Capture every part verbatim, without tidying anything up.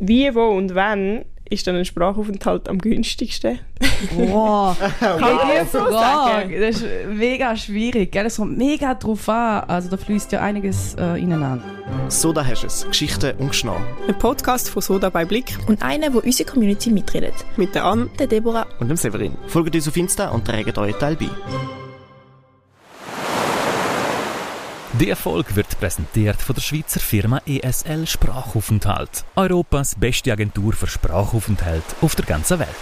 wie, wo und wann ist dann ein Sprachaufenthalt am günstigsten? Wow, Kann wow. ich dir so sagen? Das ist mega schwierig, gell? Es kommt mega drauf an. Also da fließt ja einiges äh, ineinander. So, da hast du es. Geschichten und Geschnau. Ein Podcast von Soda bei Blick Und einer, wo unsere Community mitredet. mit der Anne. Der Deborah. Und dem Severin. Folgt uns auf Insta und trägt euren Teil bei. Die Erfolg wird präsentiert von der Schweizer Firma E S L Sprachaufenthalt. Europas beste Agentur für Sprachaufenthalt auf der ganzen Welt.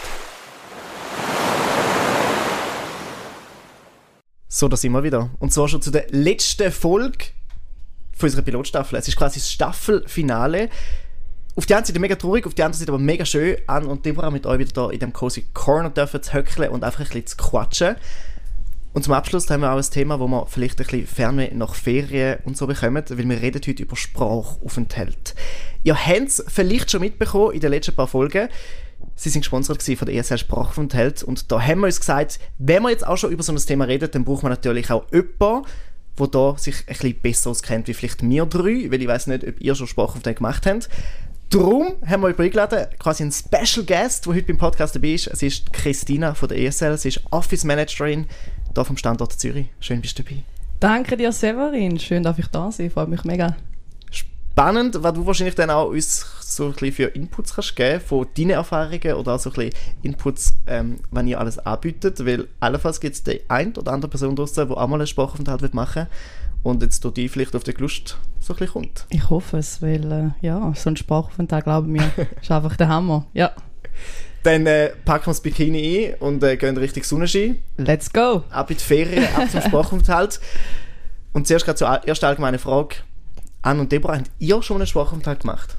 So, da sind wir wieder. Und zwar schon zu der letzten Folge von unserer Pilotstaffel. Es ist quasi das Staffelfinale. Auf die einen Seite mega traurig, auf die andere Seite aber mega schön. Anne und Deborah mit euch wieder da in dem Cozy Corner dürfen zu höckeln und einfach ein bisschen zu quatschen. Und zum Abschluss haben wir auch ein Thema, wo wir vielleicht ein bisschen Fernweh nach Ferien und so bekommen, weil wir reden heute über Sprachaufenthalt. Ihr habt es vielleicht schon mitbekommen in den letzten paar Folgen. Sie sind gesponsert von der E S L Sprachaufenthalt und da haben wir uns gesagt, wenn wir jetzt auch schon über so ein Thema reden, dann braucht man natürlich auch jemanden, der da sich ein bisschen besser auskennt wie vielleicht wir drei, weil ich weiss nicht, ob ihr schon Sprachaufenthalt gemacht habt. Darum haben wir euch eingeladen, quasi einen Special Guest, der heute beim Podcast dabei ist. Es ist Christina von der E S L, sie ist Office Managerin hier vom Standort Zürich. Schön, bist du dabei. Danke dir, Severin. Schön, dass ich da sein. Freut mich mega. Spannend, was du wahrscheinlich dann auch uns so ein bisschen für Inputs kannst geben von deinen Erfahrungen oder auch so ein bisschen Inputs, ähm, wenn ihr alles anbietet, weil allenfalls gibt es die eine oder andere Person draussen, die auch mal einen Sprachaufenthalt machen will und jetzt durch die vielleicht auf die Lust so ein bisschen kommt. Ich hoffe es, weil äh, ja, so ein Sprachaufenthalt, glaube ich mir, ist einfach der Hammer. Ja. Dann äh, packen wir das Bikini ein und äh, gehen Richtung Sonnenschein. Let's go! Ab in die Ferien, ab zum Sprachaufenthalt. Und zuerst gerade zur ersten allgemeinen Frage. Anne und Deborah, habt ihr schon einen Sprachaufenthalt gemacht?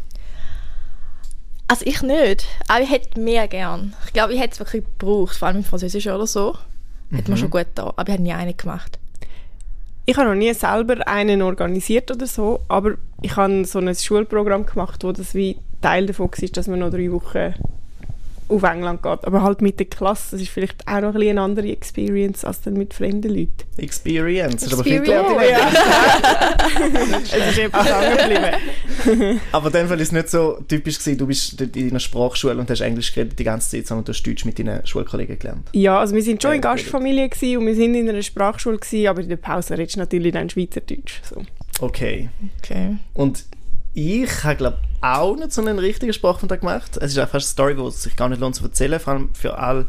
Also ich nicht, aber ich hätte mehr gern. Ich glaube, ich hätte es wirklich gebraucht, vor allem im Französischen oder so. Hätte man schon gut da, aber ich habe nie einen gemacht. Ich habe noch nie selber einen organisiert oder so, aber ich habe so ein Schulprogramm gemacht, wo das wie Teil davon war, dass man noch drei Wochen auf England geht. Aber halt mit der Klasse, das ist vielleicht auch noch ein bisschen eine andere Experience als dann mit fremden Leuten. Experience. Experience. Aber viel gelernt. Oh, ja. Es ist etwas angeblieben. Aber in dem Fall war es nicht so typisch gewesen, du bist in einer Sprachschule und hast Englisch geredet die ganze Zeit, sondern du hast Deutsch mit deinen Schulkollegen gelernt. Ja, also wir sind schon Ja, in Gastfamilie gewesen und wir sind in einer Sprachschule gewesen, aber in der Pause redest du natürlich dann Schweizerdeutsch. So. Okay. Okay. Und ich habe, glaube ich, auch nicht so einen richtigen Sprachaufenthalt gemacht. Es ist einfach eine Story, die es sich gar nicht lohnt zu erzählen, vor allem für alle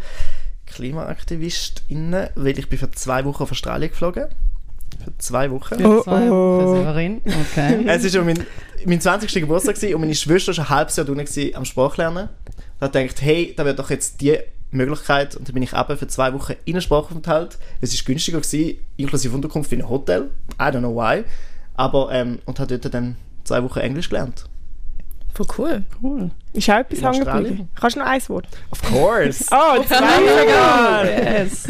KlimaaktivistInnen, weil ich bin für zwei Wochen auf Australien geflogen. Für zwei Wochen. Für zwei Oh, oh. Wochen, Severin. Okay. Es war mein, mein zwanzigsten Geburtstag gewesen und meine Schwester war schon ein halbes Jahr drin am Sprachlernen. Da habe ich gedacht, hey, da wäre doch jetzt die Möglichkeit. Und dann bin ich eben für zwei Wochen in einen Sprachaufenthalt. Es war günstiger gewesen, inklusive Unterkunft in einem Hotel. I don't know why. Aber, ähm, und habe dort dann zwei Wochen Englisch gelernt. Voll cool. Cool. Ist auch etwas In hängen Australien? geblieben? Kannst du noch ein Wort? Of course! Oh, zwei sogar! Yes.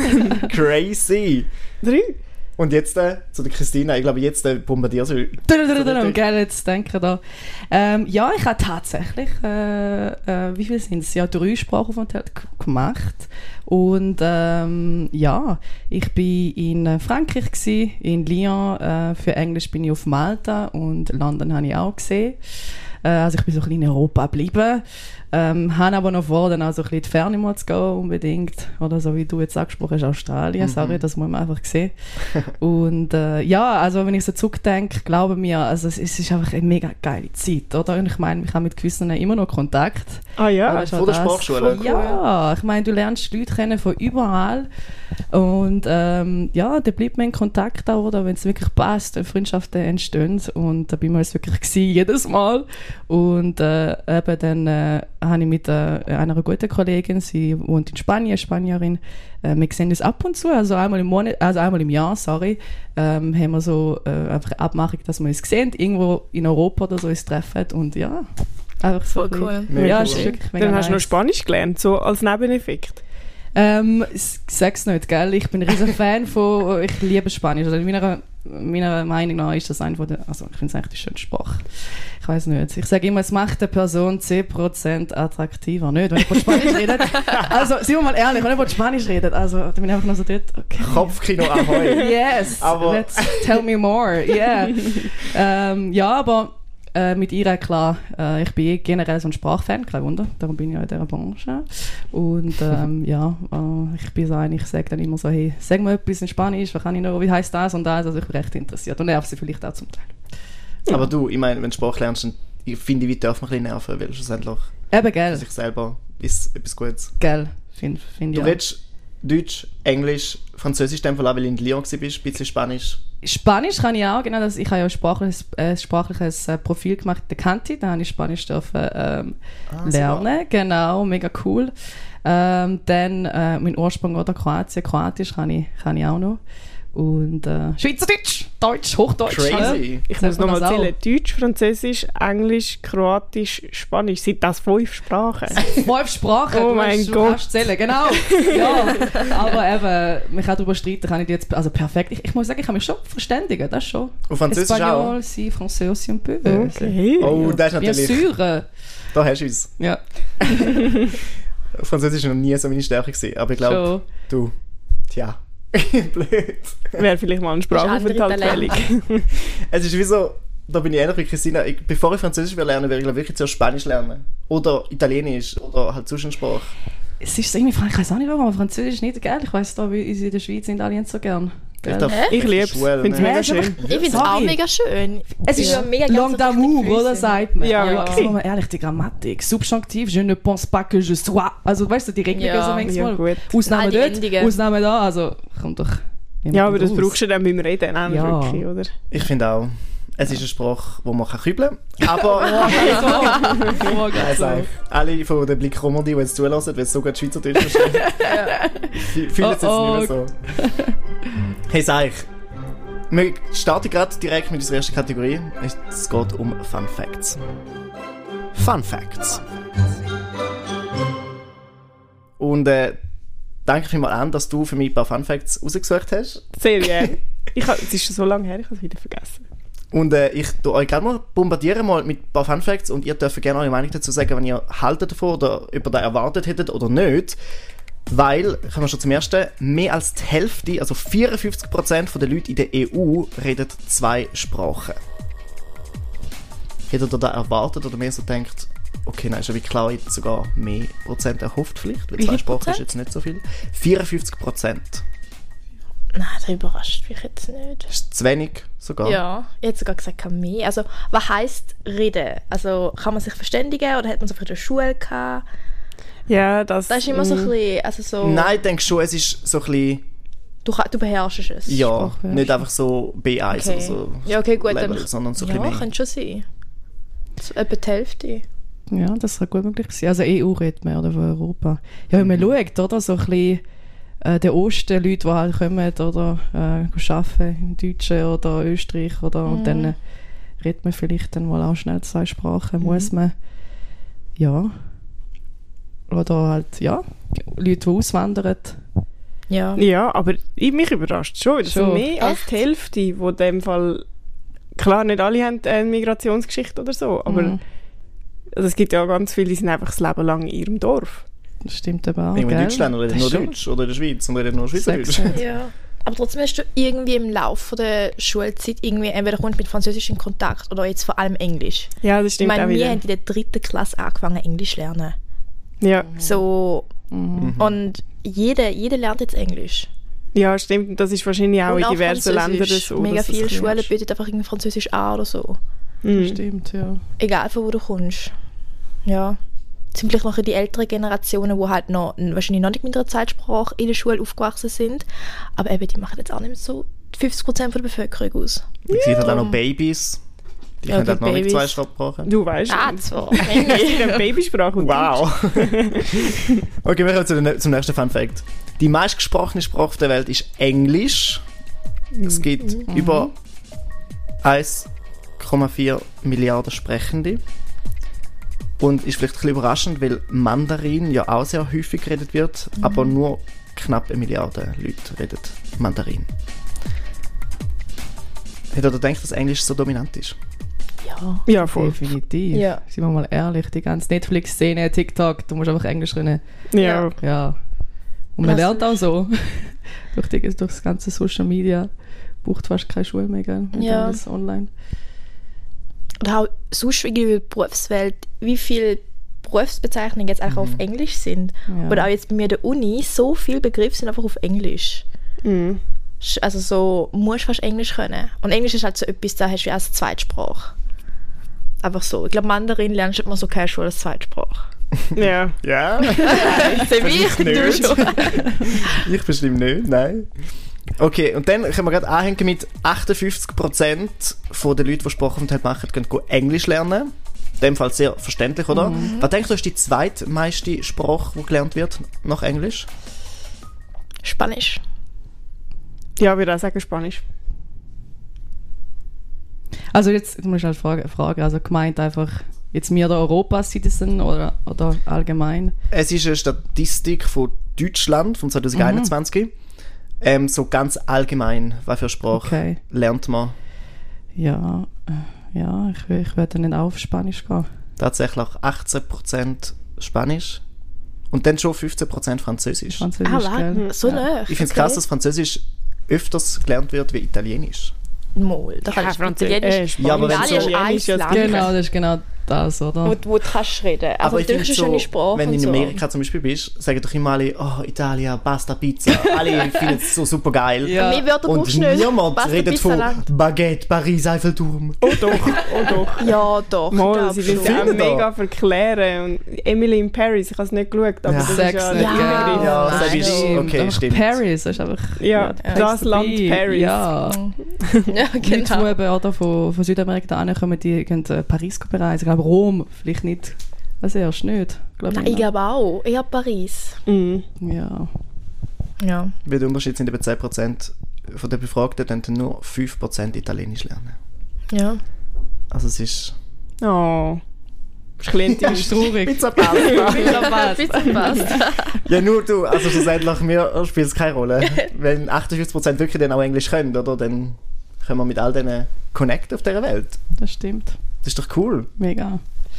Crazy! Drei? Und jetzt äh, zu der Christina. Ich glaube, jetzt äh, bombardierst du. Geil, jetzt denke da. Ähm, ja, ich habe tatsächlich, äh, äh, wie viel sind es? Ja, drei Sprachaufenthalte g- gemacht. Und ähm, ja, ich war in Frankreich gewesen, in Lyon. Äh, für Englisch bin ich auf Malta und London habe ich auch gesehen. Äh, also ich bin so ein bisschen in Europa geblieben. Ähm, habe aber noch vor, dann auch so ein bisschen in die Ferne mal zu gehen, unbedingt. Oder so wie du jetzt angesprochen hast, Australien. Mhm. Sorry, das muss man einfach sehen. Und äh, ja, also wenn ich so zurückdenke, glaube mir, also es, es ist einfach eine mega geile Zeit, oder? Und ich meine, ich habe mit gewissen immer noch Kontakt. Ah ja. Oder ist von auch der das- Sprachschule? Von, ja, ich meine, du lernst Leute kennen von überall. Und ähm, ja, da bleibt man in Kontakt auch, oder? Wenn es wirklich passt, Freundschaften entstehen. Und da bin ich jetzt wirklich gewesen, jedes Mal. Und äh, eben dann äh, habe ich mit äh, einer guten Kollegin, sie wohnt in Spanien, Spanierin, äh, wir sehen uns ab und zu, also einmal im Monat, also einmal im Jahr, sorry, ähm, haben wir so äh, einfach eine Abmachung, dass wir uns sehen, irgendwo in Europa oder so uns treffen und ja, einfach so. Voll ein cool. bisschen- Ja, Mega es ist cool. wirklich mega Dann hast du noch nice. Spanisch gelernt, so als Nebeneffekt. Ähm, s- sag's nicht, gell? Ich bin ein riesen Fan von, ich liebe Spanisch. Also meiner, meiner Meinung nach ist das eine von der, also ich finde es eigentlich die schönste Sprache. Ich weiß nicht. Ich sage immer, es macht eine Person zehn Prozent attraktiver. Nicht, wenn ich von Spanisch rede. Also, sind wir mal ehrlich, wenn ich von Spanisch rede, also, dann bin ich einfach nur so dort, okay. Kopfkino ahoi. Yes, Aber- let's tell me more. Yeah. ähm, ja, aber äh, mit ihr, klar, äh, ich bin eh generell so ein Sprachfan, kein Wunder, darum bin ich ja in dieser Branche. Und ähm, ja, äh, ich bin so ein, ich sage dann immer so, hey, sag mir etwas in Spanisch, was kann ich noch, wie heisst das und das, also ich bin recht interessiert und nerv sie vielleicht auch zum Teil. Ja. Aber du, ich meine, wenn du Sprache lernst, dann ich finde, wie darf man ein bisschen nerven, weil schlussendlich eben, gell. für sich selber ist etwas Gutes. Gell, finde find ich Du auch. redest Deutsch, Englisch, Französisch, in dem Fall auch, weil du in Lyon warst, ein bisschen Spanisch. Spanisch kann ich auch, genau, das, ich habe ja ein sprachliches, äh, sprachliches äh, Profil gemacht in der Kante, da habe ich Spanisch dürfen, ähm, Ah, lernen, super. genau, mega cool. Ähm, dann äh, mein Ursprung oder Kroatien, Kroatisch kann ich, kann ich auch noch. Und äh, Schweizerdeutsch, Deutsch, Hochdeutsch. Crazy. Äh, Ich sagt muss man nochmal das auch? zählen. Deutsch, Französisch, Englisch, Kroatisch, Spanisch. Sind das fünf Sprachen? Fünf Sprachen, Oh du mein hast- du Gott. kannst zählen, genau. Ja, aber eben, mich auch darüber streiten kann ich die jetzt, also perfekt. Ich, ich muss sagen, ich kann mich schon verständigen, das schon. Und Französisch Espagnol, auch? si, français aussi un peu. Okay. Oh, das ist Bien natürlich... sûr. Da hast du uns. Ja, Französisch war noch nie so meine Stärke gewesen, aber ich glaube, schon. du, tja, blöd. Wäre vielleicht mal ein Sprachaufenthalt andere fällig. Es ist wie so, da bin ich ähnlich wie Christina, ich, bevor ich Französisch will lernen, würde ich glaube wirklich zuerst Spanisch lernen. Oder Italienisch, oder halt sonst eine Sprache. Es ist so irgendwie, ich weiß auch nicht warum, aber Französisch ist nicht geil. Ich weiss da, wie in der Schweiz sind alle so gern. Gell? darf- Ich liebe es. Schwellen, Finde es ne? mega Ja, ist einfach- schön. Ich finde es auch Sorry. mega schön. Es Ich ist bin mega Langue ganz so d'amour, richtig oder flüssig. sagt man? Ja, aber wirklich. sagen wir mal ehrlich, die Grammatik. Subjunktiv, je ne pense pas que je sois. Also weißt du, die Regeln Ja. so manchmal. Ja, gut. Ausnahme All die dort, Endungen. Ausnahme da. Also kommt doch niemand Ja, aber das raus. brauchst du dann beim Reden auch Ja. wirklich, oder? Ich finde auch, es ist eine Sprache, die man kann kübeln kann. Aber Oh, Nein, Gott, so. sag ich. Alle von der Blick Romandie, die jetzt zulassen, weil sie so gut Schweizerdeutsch verstehen, fü- fühlen es jetzt Oh, oh. nicht mehr so. Hey, sag ich. Wir starten gerade direkt mit unserer ersten Kategorie. Es geht um Fun Facts. Fun Facts. Und äh, danke vielmals an, dass du für mich ein paar Fun Facts rausgesucht hast. Sehr gerne. Ich hab, es ist schon so lange her, ich habe es wieder vergessen. Und äh, ich tu euch gerne mal bombardieren mal mit ein paar Fun Facts und ihr dürft gerne eure Meinung dazu sagen, wenn ihr haltet davon oder ob ihr das erwartet hättet oder nicht. Weil, kommen wir schon zum ersten, mehr als die Hälfte, also vierundfünfzig Prozent der Leute in der E U reden zwei Sprachen. Hättet ihr das erwartet oder mehr so denkt, okay, nein, ist ja wie klar, jetzt sogar mehr Prozent erhofft vielleicht, weil Wie zwei viel Sprachen ist Prozent? jetzt nicht so viel. vierundfünfzig Prozent. Nein, das überrascht mich jetzt nicht. Ist zu wenig sogar. Ja, ich hätte sogar gesagt, kann mehr. Also, was heisst reden? Also, kann man sich verständigen oder hat man es einfach in der Schule gehabt? Ja, das... Das ist immer so ein mm, bisschen, also so, Nein, ich denke schon, es ist so ein bisschen, du, kann- du beherrschst es. ja, Sprachbeherrschung. nicht einfach so B eins Okay. oder so. Ja, okay, gut, Level, dann- sondern so ein Ja, bisschen mehr. könnte schon sein. So etwa die Hälfte. Ja, das kann gut möglich sein. Also E U redet man, oder von Europa. Ja, wenn man schaut, oder, so ein bisschen äh, der Osten, Leute, die halt kommen, oder äh, arbeiten im Deutschen oder Österreich, oder, und dann äh, redet man vielleicht dann mal auch schnell zwei Sprachen, muss man, ja. Oder halt, ja, Leute, die auswandern. Ja. Ja, aber ich, mich überrascht schon. Das Schon. sind mehr als Echt? die Hälfte, die in dem Fall... Klar, nicht alle haben eine Migrationsgeschichte oder so, aber Mhm. also es gibt ja ganz viele, die sind einfach das Leben lang in ihrem Dorf. Das stimmt aber auch, Irgendwo in gell? Deutschland reden Das nur ist schon- Deutsch oder in der Schweiz und reden nur Schweizerdeutsch. Sechs- Ja. Aber trotzdem hast du irgendwie im Laufe der Schulzeit irgendwie, entweder kommst du mit Französisch in Kontakt oder jetzt vor allem Englisch. Ja, das Ich stimmt meine, auch wir wieder. haben in der dritten Klasse angefangen, Englisch zu lernen. Ja. So, Mhm. und jeder, jeder lernt jetzt Englisch. ja, stimmt. Und das ist wahrscheinlich auch Und in diversen Französisch. Ländern so. Mega dass das viele ein bisschen Schulen ist. bieten einfach irgendwie Französisch an oder so. Mhm. Stimmt, ja. Egal von wo du kommst. Ja. Es sind vielleicht noch die älteren Generationen, die halt noch, wahrscheinlich noch nicht mit einer Zeitsprache in der Schule aufgewachsen sind. Aber eben, die machen jetzt auch nicht mehr so fünfzig Prozent von der Bevölkerung aus. Es gibt halt auch noch Babys. Die Ja, können halt die noch nicht Babys. zwei Sprachen. Du weißt Ah, es. zwar. Es gibt eine Babysprache und Wow! Okay, wir kommen zu den, zum nächsten Fun Fact. Die meistgesprochene Sprache auf der Welt ist Englisch. Es gibt über eins Komma vier Milliarden Sprechende. Und ist vielleicht ein bisschen überraschend, weil Mandarin ja auch sehr häufig geredet wird, aber nur knapp eine Milliarde Leute reden Mandarin. Hättet ihr gedacht, dass Englisch so dominant ist? Ja. Ja, voll. Definitiv. Ja. Sind wir mal ehrlich, die ganze Netflix-Szene, TikTok, du musst einfach Englisch können. Ja. Ja. Und man Was- lernt auch so. durch, die, durch das ganze Social Media braucht fast keine Schule mehr, gell? Und Ja. alles online. oder auch sonst irgendwie in der Berufswelt, wie viele Berufsbezeichnungen jetzt eigentlich Mhm. auf Englisch sind. Ja. Oder auch jetzt bei mir an der Uni, so viele Begriffe sind einfach auf Englisch. Mhm. Sch- Also so, musst fast Englisch können. Und Englisch ist halt so etwas, da hast du wie als Zweitsprache. Einfach so. Ich glaube, Mandarin lernst du immer so casual als Zweitsprache. Ja. Ja, Für mich nicht. du schon. ich bestimmt nicht, nein. Okay, und dann können wir gerade anhängen mit achtundfünfzig Prozent der Leute, die Sprachaufenthalt machen, gehen go Englisch lernen. In dem Fall sehr verständlich, oder? Mhm. Was denkst du, ist die zweitmeiste Sprache, die gelernt wird nach Englisch? Spanisch. Ja, ich würde auch sagen Spanisch. Also jetzt, jetzt muss ich halt fragen, fragen, also gemeint einfach, jetzt wir der Europa-Citizen oder, oder allgemein? Es ist eine Statistik von Deutschland von zwanzig einundzwanzig. Ähm, so ganz allgemein, was für Sprache Okay. lernt man? Ja, äh, ja, ich, wür- ich würde dann auch auf Spanisch gehen. Tatsächlich achtzehn Prozent Spanisch und dann schon fünfzehn Prozent Französisch. Französisch, Ah, gell? was? So nah. Ich finde es krass, dass Französisch öfters gelernt wird wie Italienisch. Mal. Da kannst du Franzö- Italienisch. äh, Spanisch. Ja, aber wenn Italien so- ist ein Italienisch ist Land, Genau, das ist genau das, oder? wo, wo du kannst reden. Also Aber ich finde natürlich ist so, eine schöne Sprache wenn du und in so. Amerika zum Beispiel bist, sagen doch immer alle, oh, Italia, Pasta, Pizza. Alle finden es so super geil. Ja. Mehr Wörter Und brauchst du nicht. niemand Pasta, redet Pizza von langt. Baguette, Paris, Eiffelturm. Oh doch, oh doch. Ja, doch. Mal, glaub sie schon. will ja auch Finde da. mega verklären. Und Emily in Paris, ich habe es nicht geschaut, aber Ja. das ist Sag's ja nicht, der Ja. Inbegriff. Ja, Nein, sag ich, stimmt. okay, Einfach stimmt. Paris, das ist einfach Ja, der das Place to Land be. Paris. Ja. Ja, Leute, die genau. eben auch da von, von Südamerika da ankommen, die gehen äh, Paris bereisen. Ich glaube Rom, vielleicht nicht. Was erst nicht. Glaub Nein, ich glaube auch. Eher Paris. Mhm. Ja. Ja. Weil der Unterschied sind eben zehn Prozent von den Befragten, dann nur fünf Prozent Italienisch lernen. Ja. Also es ist... Oh. Das ist ein bisschen Das ist traurig. Pizza Pasta. Pizza passt. Ja, nur du, also schlussendlich, mir spielt es keine Rolle. Wenn achtundfünfzig Prozent wirklich dann auch Englisch können, oder, dann können wir mit all denen connecten auf dieser Welt. Das stimmt. Das ist doch cool. Mega.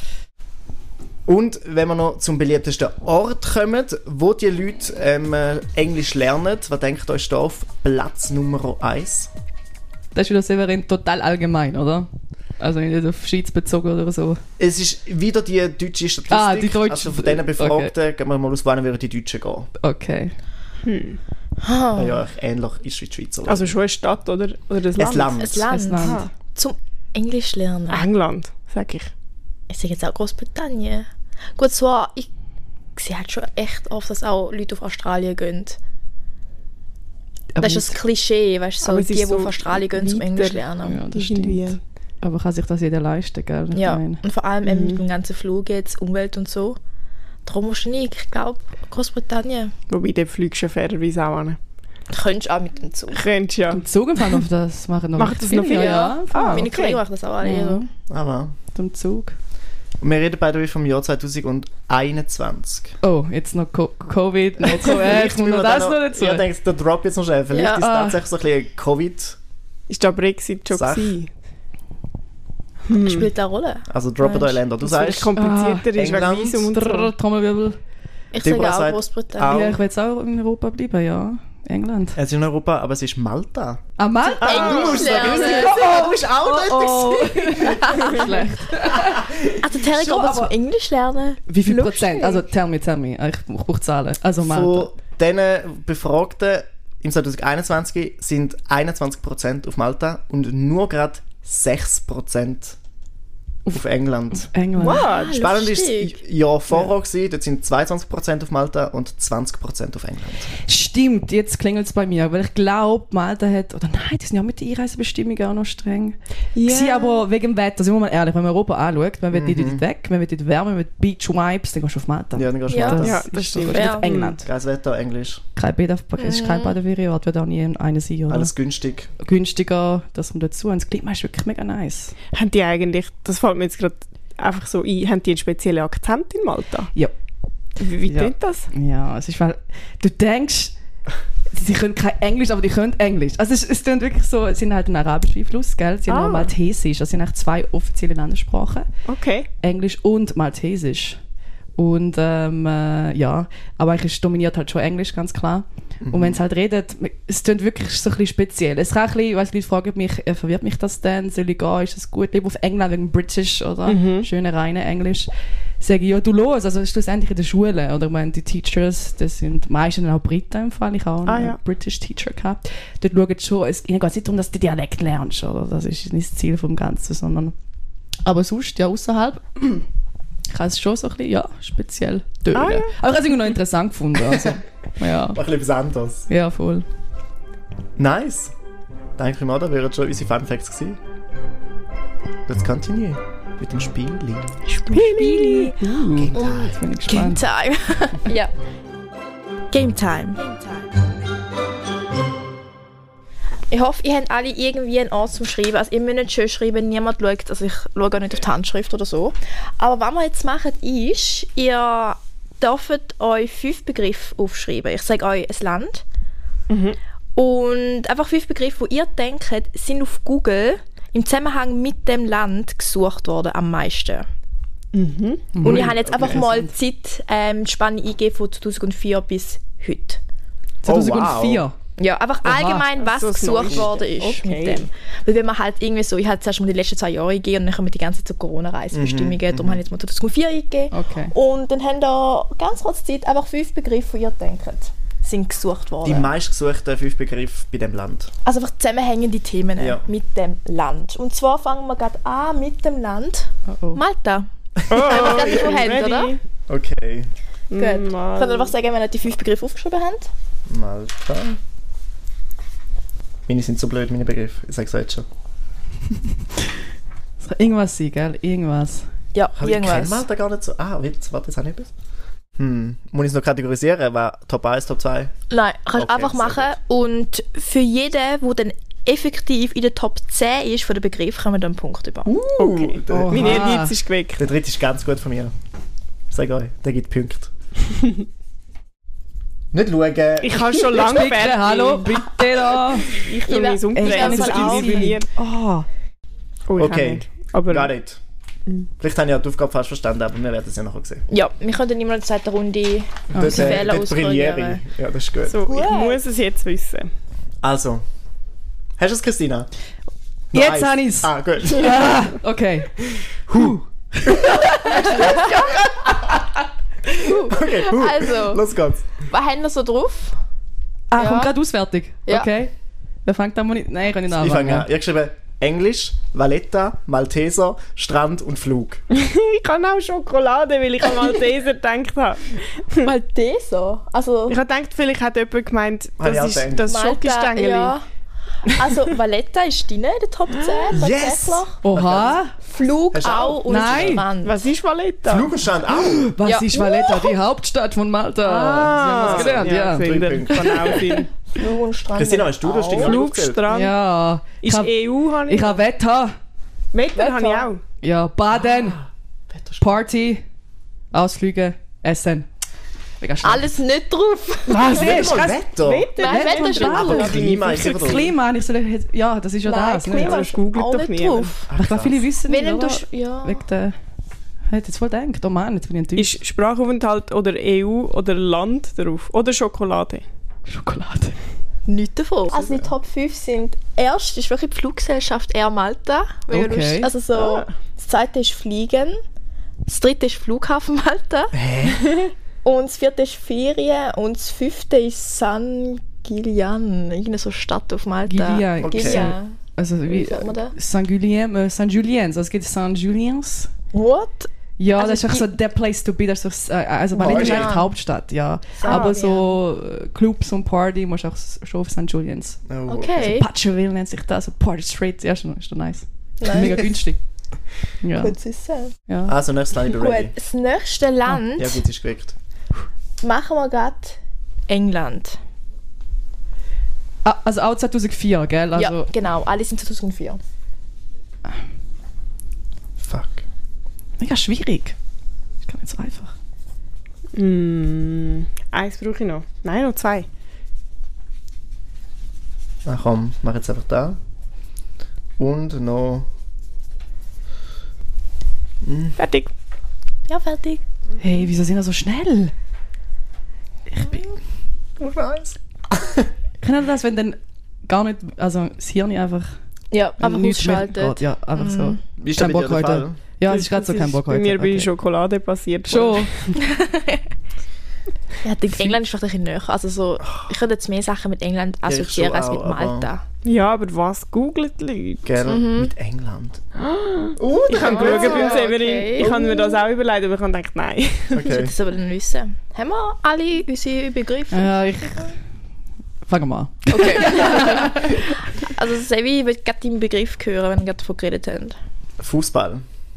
Und wenn wir noch zum beliebtesten Ort kommen, wo die Leute ähm, äh, Englisch lernen, was denkt euch da auf Platz Nummer eins? Das ist wieder Severin total allgemein, oder? Also nicht auf Schweiz bezogen oder so. Es ist wieder die deutsche Statistik. Ah, die deutsche. Also von diesen Befragten gehen wir mal aus, wann würden die Deutschen gehen. Okay. Ah, ja, ähnlich ist wie die Schweizer. Also schon eine Stadt oder, oder das Ein Land? Land. Ein Land. Ein Land. Ah. Zum Englisch lernen. England, sag ich. Ich sage jetzt auch Großbritannien. Gut, zwar, ich sehe halt schon echt oft, dass auch Leute auf Australien gehen. Aber Das ist das Klischee, weißt du, so, Aber es die, ist die so auf Australien gehen, zum weiter. Englisch lernen. ja, das Irgendwie. stimmt. Aber kann sich das jeder leisten, gell? Ich Ja, meine, und vor allem eben Mhm. mit dem ganzen Flug jetzt, Umwelt und so. Darum wahrscheinlich, ich glaube, Großbritannien. Wobei, dort fliegst du ja fairerweise auch hin. Könntest auch mit dem Zug. Könntest ja. im Zug fahren auf das machen noch Macht das noch viele, viele? Ja, Ah, Meine okay. Kollegen machen das auch alle. Ja. Ja. Aber. zum Zug. Und wir reden beide vom Jahr zwanzig einundzwanzig. Oh, jetzt noch Co Covid, noch Co jetzt kommt noch wir das dann noch dazu. Ich denke, der Drop jetzt noch schnell. Vielleicht Ja. ist es Ah. tatsächlich so ein bisschen Covid. Ist da Brexit schon Sache. gewesen? Spielt da eine Rolle. Also droppen Meinst da Länder. Du Das vielleicht sagst, komplizierter ist wegen England. Visum und Drrr, so. Trommelwirbel. Ich Deborah sage auch sagt Großbritannien. auch- Ja, ich will jetzt auch in Europa bleiben, ja. England. es ist in Europa, aber es ist Malta. Ah, Malta? Ah, du musst sagen, lernen. oh, du bist auch Oh, dort. oh. Schlecht. Also Terry Schon, geht zum aber- Englisch lernen. Wie viel Lustig. Prozent? Also, tell me, tell me. Ich, ich brauche Zahlen. Also, Malta. Von diesen Befragten im zwanzig einundzwanzig sind einundzwanzig Prozent auf Malta und nur gerade sechs Prozent auf England. England. What? Spannend ist lustig. das Jahr vorher gewesen, dort sind zweiundzwanzig Prozent auf Malta und zwanzig Prozent auf England. Stimmt, jetzt klingelt es bei mir, weil ich glaube, Malta hat, oder nein, die sind ja mit den Einreisebestimmungen auch noch streng. Ja. Sie aber wegen dem Wetter, sind wir mal ehrlich, wenn man Europa anschaut, man will Mhm. die dort weg, man will dort Wärme, man will Beach Vibes, dann gehst du auf Malta. Ja, dann gehst du Ja. Malta. Ja, ist das stimmt. so- Ja. auf England. Geiles Wetter, Englisch, Kein Bad auf, ist kein Mhm. Badeferienort, wird auch nie eine sein, oder? alles günstig. Günstiger, das kommt dazu. Und das Klima ist wirklich mega nice. Haben die eigentlich, das fällt mir jetzt gerade einfach so ein, haben die einen speziellen Akzent in Malta? Ja. Wie, wie Ja. tönt das? Ja, es ist, weil du denkst, sie können kein Englisch, aber die können Englisch. Also es, es klingt wirklich so, sie sind halt ein arabischer Einfluss, gell? Sie haben Ah. auch Maltesisch, das sind eigentlich zwei offizielle Landessprachen. Okay. Englisch und Maltesisch. Und ähm, äh, ja, aber eigentlich dominiert halt schon Englisch, ganz klar. Mhm. Und wenn es halt redet, es klingt wirklich so ein bisschen speziell. Es kann ein bisschen, weil die Leute fragen mich, äh, verwirrt mich das denn? Soll ich gehen? Ist das gut? Lieber auf England wegen British, oder? Mhm. Schöne, reine Englisch. Sage ich, ja, du los. Also schlussendlich in der Schule. Oder ich meine, die Teachers, das sind meistens auch Briten im Fall. Ich habe auch einen ah, ja. British Teacher gehabt. Dort schauen schon, es geht nicht darum, dass du Dialekt lernst, oder? Das ist nicht das Ziel vom Ganzen, sondern aber sonst, ja, außerhalb kann es schon so ein bisschen, ja, speziell tönen. Ah, ja. Aber ich habe es irgendwie noch interessant gefunden. Also, ja. Ein bisschen was anderes. Ja, voll. Nice. Danke vielmals, da wären schon unsere Fun Facts gewesen. Let's continue mit dem Spieli. Spieli. Uh, Game Time. Jetzt bin ich gespannt. Game Time. Ja. Game Time. Ich hoffe, ihr habt alle irgendwie einen Ort zum Schreiben. Also ihr müsst nicht schön schreiben, niemand schaut, also ich schaue auch nicht auf die Handschrift oder so. Aber was wir jetzt machen ist, ihr dürft euch fünf Begriffe aufschreiben. Ich sage euch ein Land. Mhm. Und einfach fünf Begriffe, die ihr denkt, sind auf Google im Zusammenhang mit dem Land gesucht worden am meisten. Mhm. Und ich habe jetzt einfach okay. mal Zeit, ähm, die Spanne eingegeben von zweitausendvier bis heute. zweitausendvier? Oh, wow. Ja, einfach Aha. allgemein, was so gesucht worden ist okay. mit dem. Weil wenn man halt irgendwie so, ich habe zuerst mal die letzten zwei Jahre eingegeben und dann haben wir die ganze Zeit so Corona-Reisebestimmungen, mhm. darum habe ich jetzt mal zweitausendvier eingegeben. Okay. Und dann haben da ganz kurz Zeit einfach fünf Begriffe, die ihr denkt, sind gesucht worden. Die meistgesuchten fünf Begriffe bei dem Land. Also einfach zusammenhängende Themen ja. mit dem Land. Und zwar fangen wir gerade an mit dem Land oh oh. Malta. Oh, haben wir gerade Hand, oder? Okay. Gut. Mm, Könnt ihr einfach sagen, wenn ihr die fünf Begriffe aufgeschrieben habt? Malta. Meine sind so blöd, meine Begriffe. Ich sag's jetzt schon. Es kann irgendwas sein, gell? Irgendwas. Ja, aber irgendwas. Ich kenne Malta gar nicht so. Ah, warte, warte, jetzt habe ich etwas. Hm. Muss ich es noch kategorisieren? War Top eins, Top zwei? Nein, kannst okay, einfach machen. Und für jeden, der dann effektiv in der Top zehn ist von den Begriffen, kommen wir dann einen Punkt über. Uh, okay. Mein Ehrgeiz ist geweckt. Der dritte ist ganz gut von mir. Sag euch, der gibt Punkte. Nicht schauen. Ich habe schon lange fertig. Hallo, bitte da. Ich tue mich umdrehen, so individuiert. Oh. Oh, okay, aber got it. Mhm. Vielleicht habe ich ja die Aufgabe falsch verstanden, aber wir werden es ja nachher sehen. Ja, wir können immer in der zweiten Runde unsere Fehler ausprobieren. Ja, das ist gut. So, gut. Ich muss es jetzt wissen. Also, hast du es, Christina? Jetzt habe ich es. Ah, gut. Ja, okay. Huh. Okay, huh. Also, los geht's. Was haben wir so drauf? Ah, ja. Kommt gerade ausfertig? Ja. Okay. Wer fängt an? Nein, ich kann nicht anfangen. Ich fange an. Ich habe geschrieben Englisch, Valletta, Malteser, Strand und Flug. Ich kann auch Schokolade, weil ich an Malteser gedacht habe. Malteser? Also, ich habe gedacht, vielleicht hat jemand gemeint, das ist gedacht. das Schokostängeli. Ja. Also Valletta ist drin in der Top zehn yes! Oha! Flug auch und Nein. Strand. Was ist Valletta? Flug und Strand auch? Was ja. ist Valletta? Die Hauptstadt von Malta. Ah, Sie haben was gelernt, ja. ja. Kann auch sein. Flug und Strand. Christina, hast du das Ding Flug, Strand. Ja. Ist hab, E U, habe ich. Ich habe Wetter. Wetter, Wetter. habe ich auch. Ja, Baden, ah, Party, Ausflüge, Essen. Alles nicht drauf. Was? Nee, Wetter? Wetter? Wetter, Nein, Wetter ist aber drauf. Klima ist das Klima, ich soll, ja, das ist ja Nein, das. Klima Ne? ist auch nicht drauf. Ich glaube, viele wissen nicht, Wenn oder? Du, ja. Wegen der... Ich hätte jetzt voll gedacht, oh Mann, jetzt bin ich enttäuscht. Ist Sprachaufenthalt oder E U oder Land drauf? Oder Schokolade? Schokolade. Nichts davon. Also die Top fünf sind, erst ist wirklich die Fluggesellschaft Air Malta. Okay. Also so, ah. Das zweite ist Fliegen. Das dritte ist Flughafen Malta. Hä? Und das vierte ist Ferien und das fünfte ist San Gillian, irgendeine so Stadt auf Malta. Gillian. Okay. Gillian. Also wie Saint-Julien, äh, Saint-Juliens, also es geht Saint-Juliens. What? Ja, also das ist auch so der Place to be, das ist so, äh, also Valletta ist eigentlich die Hauptstadt, ja. Ah, aber ja. so äh, Clubs und Party musst du auch schon auf Saint Juliens. Oh, okay. Also Patcherville nennt sich das, so Party Street, ja, ist doch nice. nice. Mega günstig. Ja. Gut zu wissen. Ja. Also, nächstes Land, ich bin ready. Gut, das nächste Land Ja, gut, ist geweckt. machen wir gerade England. Ah, also auch zweitausendvier, gell? Also, Ja, genau, alle sind zweitausendvier. Fuck. Mega schwierig. Ist gar nicht so einfach. Mm, eins brauche ich noch. Nein, noch zwei. Na komm, mach jetzt einfach da. Und noch... Fertig. Ja, fertig. Hey, wieso sind wir so schnell? Ich bin... Ich weiss. Kennt ihr das, wenn dann gar nicht... Also das Hirn einfach... Ja, einfach nichts mehr ausschaltet. geht? Ja, einfach so. Wie ist das Kein bei dir Bock der heute. Fall? Ja, es ist gerade so kein Bock Bei heute. mir bei Okay. Schokolade passiert. Schon. Ja, ich denke, England ist vielleicht ein bisschen näher. Also so, ich könnte jetzt mehr Sachen mit England ich assoziieren schon als mit auch, aber- Malta. Ja, aber was googlen die Leute? Gerne Mhm. mit England. Ich habe Ah, geschaut beim Severin. okay. Ich habe mir das auch überlegt, aber ich habe gedacht, nein. Ich Okay. sollte das aber dann wissen. Haben wir alle unsere Begriffe? Ja, ich... Fangen wir an. Okay. Also Sevi, ich würde gerade deinen Begriff hören, wenn wir gerade davon geredet haben. Fußball.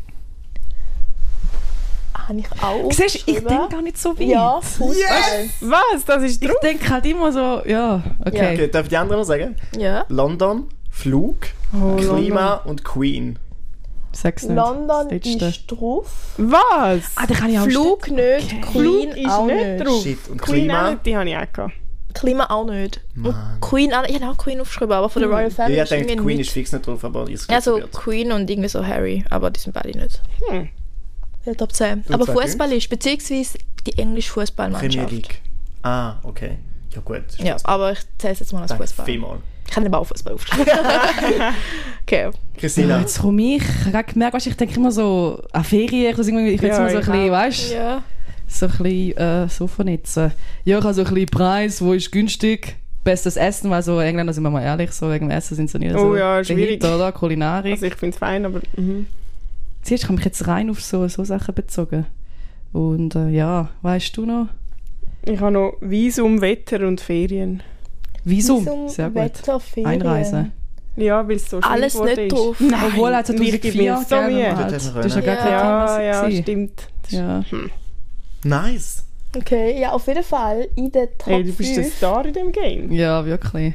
Habe ich auch Siehst du, ich aufgeschrieben. denke gar nicht so weit. Ja, Fußball. Was? Das ist Ich drauf? denke halt immer so, ja, okay. Okay, darf ich die anderen noch sagen? Ja. London, Flug, Oh, Klima und Queen. Sag's nicht. London Das Letzte. ist drauf. Was? Ah, da kann ich auch... Flug nicht, Okay. Queen Flug ist auch nicht nicht. drauf. Shit. Und Queen auch Klima? nicht, die habe ich auch gehabt. Klima auch nicht. Mann. Und Queen auch nicht. Ich habe auch Queen aufgeschrieben, aber von der Royal Ja, Family ich ist denke, irgendwie Queen nicht. ist fix nicht drauf, aber ist Ja, so probiert. Queen und irgendwie so Harry, aber die sind beide nicht. Hm. Ja, Top zehn. Du Aber sagst Fußball ist, beziehungsweise die englische Premier Fußballmannschaft. League. Ah, okay. Ja gut. ist Ja, Fußball. aber ich zähle es jetzt mal als Danke Fußball. vielmals. Ich habe den Baufußball aufgeschrieben. Okay. Ja, Christina. jetzt komme ich. Ich habe gerade gemerkt, weißt, ich denke immer so an Ferien. Ich, irgendwie, ich will jetzt Ja, immer so ein ich bisschen, auch. weißt Ja. so ein bisschen äh, so vernetzen. Ja, ich habe so ein bisschen Preis, wo ist günstig. Bestes Essen, weil so Engländer, sind wir mal ehrlich, so wegen dem Essen sind sie nicht Oh so ja, der schwierig. Hit, oder? Kulinarik. Also ich finde es fein, aber... Mhm. Siehst du, ich habe mich jetzt rein auf so, so Sachen bezogen. Und äh, ja, weißt du noch? Ich habe noch Visum, Wetter und Ferien. Visum, Visum, sehr gut. Wetter, Ferien. Einreisen. Ja, weil es so schön Alles geworden nicht ist. drauf. Nein, Obwohl, also ich gebe mir zweitausendvier, so gell, Mühe. noch Dort halt. hätten wir Das ist ja gar können. kein Ja, Thema ja, gewesen. stimmt. Ja. Nice. Okay, ja, auf jeden Fall in der Top Hey, du bist der fünf. Star in dem Game. ja, wirklich.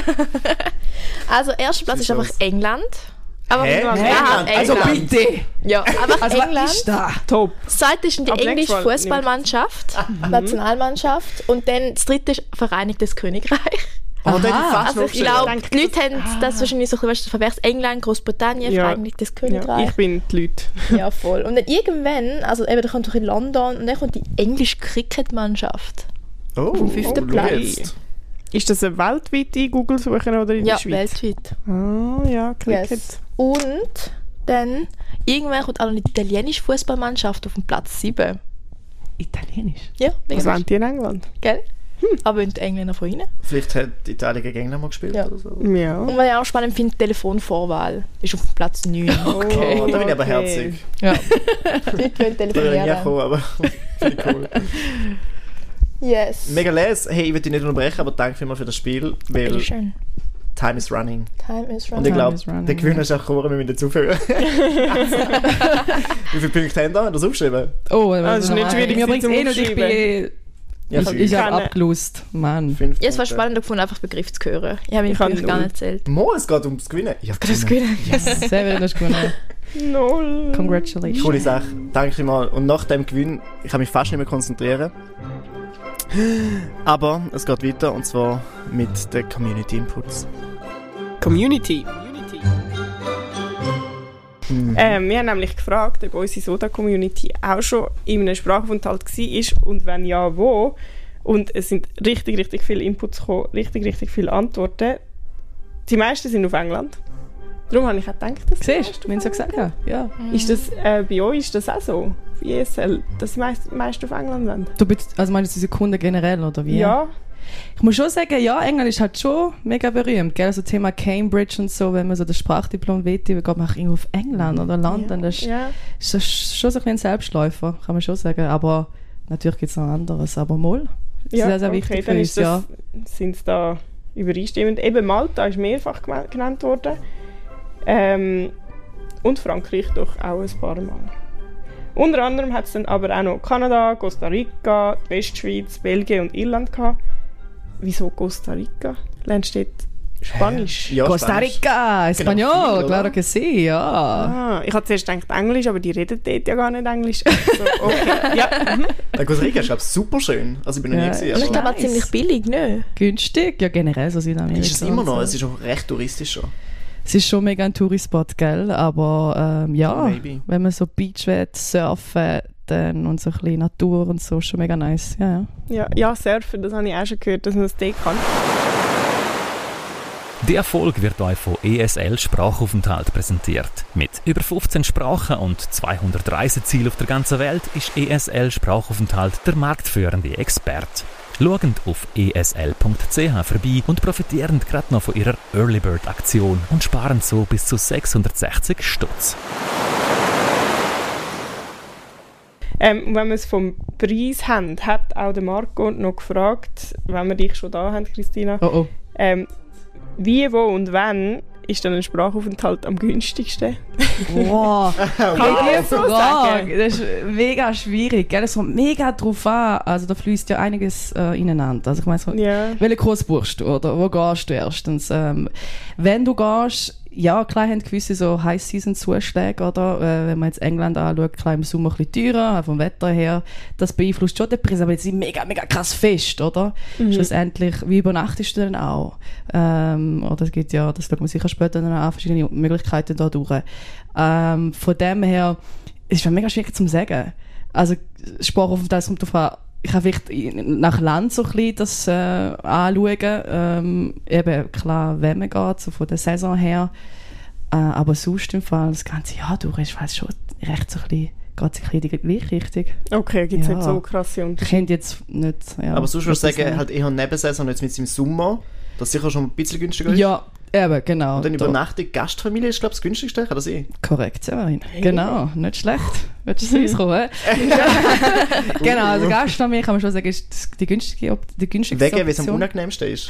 Also, erster Platz ist Sieht einfach aus. England. Aber Hä? ja, England? Also England. bitte! Ja, aber Also was England. ist da? Top. Das zweite ist die Ab englische nächstes Mal Fußballmannschaft, Nationalmannschaft. Und dann das dritte ist Vereinigtes Königreich. Aber da hätte ich Aha. fast Also noch ich glaube, denke, die Leute haben das wahrscheinlich so ein bisschen verwechselt. England, Großbritannien, Ja. Vereinigtes Ja, Königreich. ich bin die Leute. Ja, voll. Und dann irgendwann, also eben, da kommt doch in London und dann kommt die englische Cricket-Mannschaft. Oh, auf dem fünften oh, Platz. jetzt. Ist das eine weltweite Google-Suche oder in Ja, der Schweiz? weltweit. Ah, ja, Cricket. Yes. Und dann, irgendwann kommt auch noch die italienische Fußballmannschaft auf den Platz sieben. Italienisch. Ja, Was mega wollen die in England? gell? Aber in die Engländer von ihnen. Vielleicht hat Italien gegen England mal gespielt Ja. oder so. Ja. Und was ich auch spannend finde, die Telefonvorwahl ist auf dem Platz neun. Okay. Oh, da bin ich aber Okay. herzig. Ja. Leute wollen Da wäre ich nie telefonieren. gekommen, aber finde ich cool. Yes. Mega les. Hey, ich will dich nicht unterbrechen, aber danke vielmals für das Spiel, weil Bitteschön. Time is running. Time is Und ich running. glaube, is running, der Gewinner ist auch gekommen, wir müssen dazufügen. Wie viele Punkte haben wir? Haben wir das aufgeschrieben? Oh, Ah, das ist nicht normal. schwierig, Mir sie bringt zum eh nicht, ich bin... Aufschreiben. Ja, Ich, fünf. ich habe kann- abgelost, Mann. Fünf Ja, es war Punkte. spannend gefunden, einfach Begriff zu hören. Ich habe mich Ich habe vielleicht gar null. nicht erzählt. Mo, es geht ums Gewinnen. Ja, Das Gewinnen. Sehr gut, hast du gewonnen. Null. Congratulations. Coole Sache. Danke mal. Und nach dem Gewinn, ich kann mich fast nicht mehr konzentrieren. Aber es geht weiter und zwar mit den Community Inputs. Community. Mhm. Ähm, wir haben nämlich gefragt, ob unsere Soda-Community auch schon in einem Sprachaufenthalt war und wenn ja, wo. Und es sind richtig, richtig viele Inputs gekommen, richtig, richtig viele Antworten. Die meisten sind auf England. Darum habe ich auch gedacht, dass die Siehst du, wenn sie gesagt haben. Ja. Ist das äh, bei euch ist das auch so? Bei E S L, dass die meist, meisten auf England wollen? Du bist, also meinst du diese Kunden generell, oder wie? Ja. Ich muss schon sagen, ja, England ist halt schon mega berühmt, gell? Also Thema Cambridge und so, wenn man so das Sprachdiplom will, dann geht man auch irgendwo auf England oder London. Das ist, ja. ist das schon so ein bisschen ein Selbstläufer, kann man schon sagen. Aber natürlich gibt es noch anderes, aber mal. Das ist sehr, sehr wichtig okay, für dann uns, ist das, ja. sind es da übereinstimmend. Eben Malta ist mehrfach gem- genannt worden. Ähm, und Frankreich doch auch ein paar Mal. Unter anderem hat es dann aber auch noch Kanada, Costa Rica, die Westschweiz, Belgien und Irland gehabt. Wieso Costa Rica? Lernst du dort Spanisch? Ja, Costa Spanisch. Rica, Genau, Español, viel, oder? claro que sí, ja. Ah, ich hatte zuerst gedacht Englisch, aber die reden dort ja gar nicht Englisch. Also, okay. Ja, mhm. Der Costa Rica ist glaube ich super schön. Also ich bin noch Ja. nie gesehen. Und ich aber glaube auch Nice. ziemlich billig, ne? Günstig, ja generell so Südamerika. ist es immer und noch. so. Es ist auch recht touristisch schon. Es ist schon mega ein Tourispot, gell? Aber ähm, ja, Maybe. wenn man so Beach will, surfen, Garten und so ein bisschen Natur und so, schon mega nice. Ja, ja. Ja, ja, Surfen, das habe ich auch schon gehört, dass man das dort kann. Der Erfolg wird euch von E S L Sprachaufenthalt präsentiert. Mit über fünfzehn Sprachen und zweihundert Reisezielen auf der ganzen Welt ist E S L Sprachaufenthalt der marktführende Experte. Schaut auf e s l punkt c h vorbei und profitieren gerade noch von ihrer Early Bird Aktion und sparen so bis zu sechshundertsechzig Stutz. Ähm, wenn wir es vom Preis haben, hat auch der Marco noch gefragt, wenn wir dich schon da haben, Christina, Oh oh. ähm, wie, wo und wann ist dann ein Sprachaufenthalt am günstigsten? Wow. Kann man Die das so sagen? Frage, das ist mega schwierig. Gell? Es kommt mega drauf an. Also da fließt ja einiges äh, ineinander. Also ich meine, so, Ja. welchen Kurs buchst du oder wo gehst du erstens? Ähm, wenn du gehst, ja, klar haben gewisse so High-Season-Zuschläge, oder? Äh, wenn man jetzt England anschaut, klar im Sommer ein bisschen teurer, vom Wetter her. Das beeinflusst schon den Preis, aber jetzt sind mega, mega krass fest, oder? Mhm. Schlussendlich, wie übernachtest du denn auch? Ähm, oder es gibt ja, das schaut man sicher später dann an, verschiedene Möglichkeiten da durch. Ähm, von dem her, es ist schon mega schwierig zu sagen. Also, Sprachaufenthalt kommt darauf an, ich kann vielleicht nach Land so ein bisschen das äh, anschauen. Ähm, eben, klar, wenn man geht, so von der Saison her. Äh, aber sonst im Fall, das ganze Jahr durch, ist es schon recht so ein bisschen, geht es ein bisschen in die gleiche Richtung. Okay, gibt es Ja. nicht so krasse Ich Unterschiede. könnte jetzt nicht... Ja, Aber sonst würde ich das sagen, nicht. halt eher Nebensaison, jetzt mit im Sommer, das sicher schon ein bisschen günstiger ist. Ja, eben, genau. Und dann Da- Übernachtung, Gastfamilie ist, glaube ich, das günstigste, kann das sein? Korrekt, Severin. Genau, nicht schlecht. Willst du es kommen? Genau, also Gastfamilie kann man schon sagen, ist die günstige, Op- die günstigste Wegen, weil es am Option. unangenehmsten ist.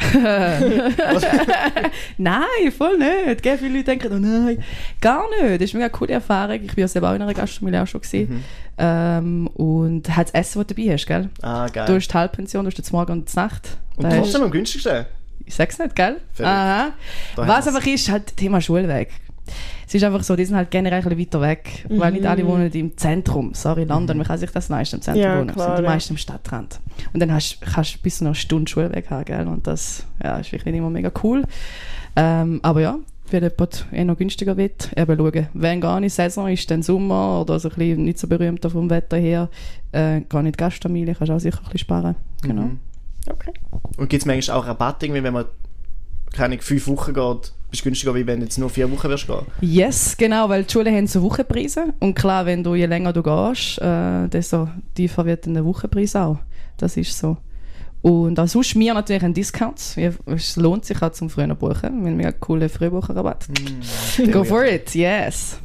Nein, voll nicht. Gell, viele Leute denken, oh nein, gar nicht. Das ist eine mega coole Erfahrung. Ich war ja selber auch in einer Gastfamilie auch schon gewesen. Mhm. Ähm, und halt das Essen, das du dabei hast, gell? Ah, geil. Du hast die Halbpension, du hast den Morgen und die Nacht. Und Da hast- trotzdem am günstigsten. Ich sag's nicht, gell? Verrückt. Aha. Da Was haben einfach ist, halt Thema Schulweg. Es ist einfach so, die sind halt generell ein bisschen weiter weg, weil nicht alle wohnen im Zentrum. Sorry, London, man kann sich das leisten, im Zentrum Ja, wohnen. klar, sind die ja. meisten im Stadtrand. Und dann hast, kannst du bis zu einer Stunde Schulweg haben, gell? Und das ja, ist wirklich immer mega cool. Ähm, aber ja, wenn jemand eh noch günstiger will, eben schauen, wenn gar nicht Saison ist, dann Sommer oder so ein bisschen nicht so berühmt vom Wetter her, äh, gar nicht Gastfamilie, kannst du auch sicher ein bisschen sparen. Genau. Mhm. Okay. Und gibt es manchmal auch Rabatt, irgendwie, wenn man keine Ahnung, fünf Wochen geht, bist du günstiger, wie wenn du jetzt nur vier Wochen wirst gehen? Yes, genau, weil die Schulen haben so Wochenpreise und klar, wenn du je länger du gehst, äh, desto tiefer wird dann der Wochenpreis auch. Das ist so. Und auch sonst wir natürlich einen Discount. Ja, es lohnt sich auch zum früher buchen. Wir haben einen mega coolen Frühbucherrabatt. Mm, Go for it, yes.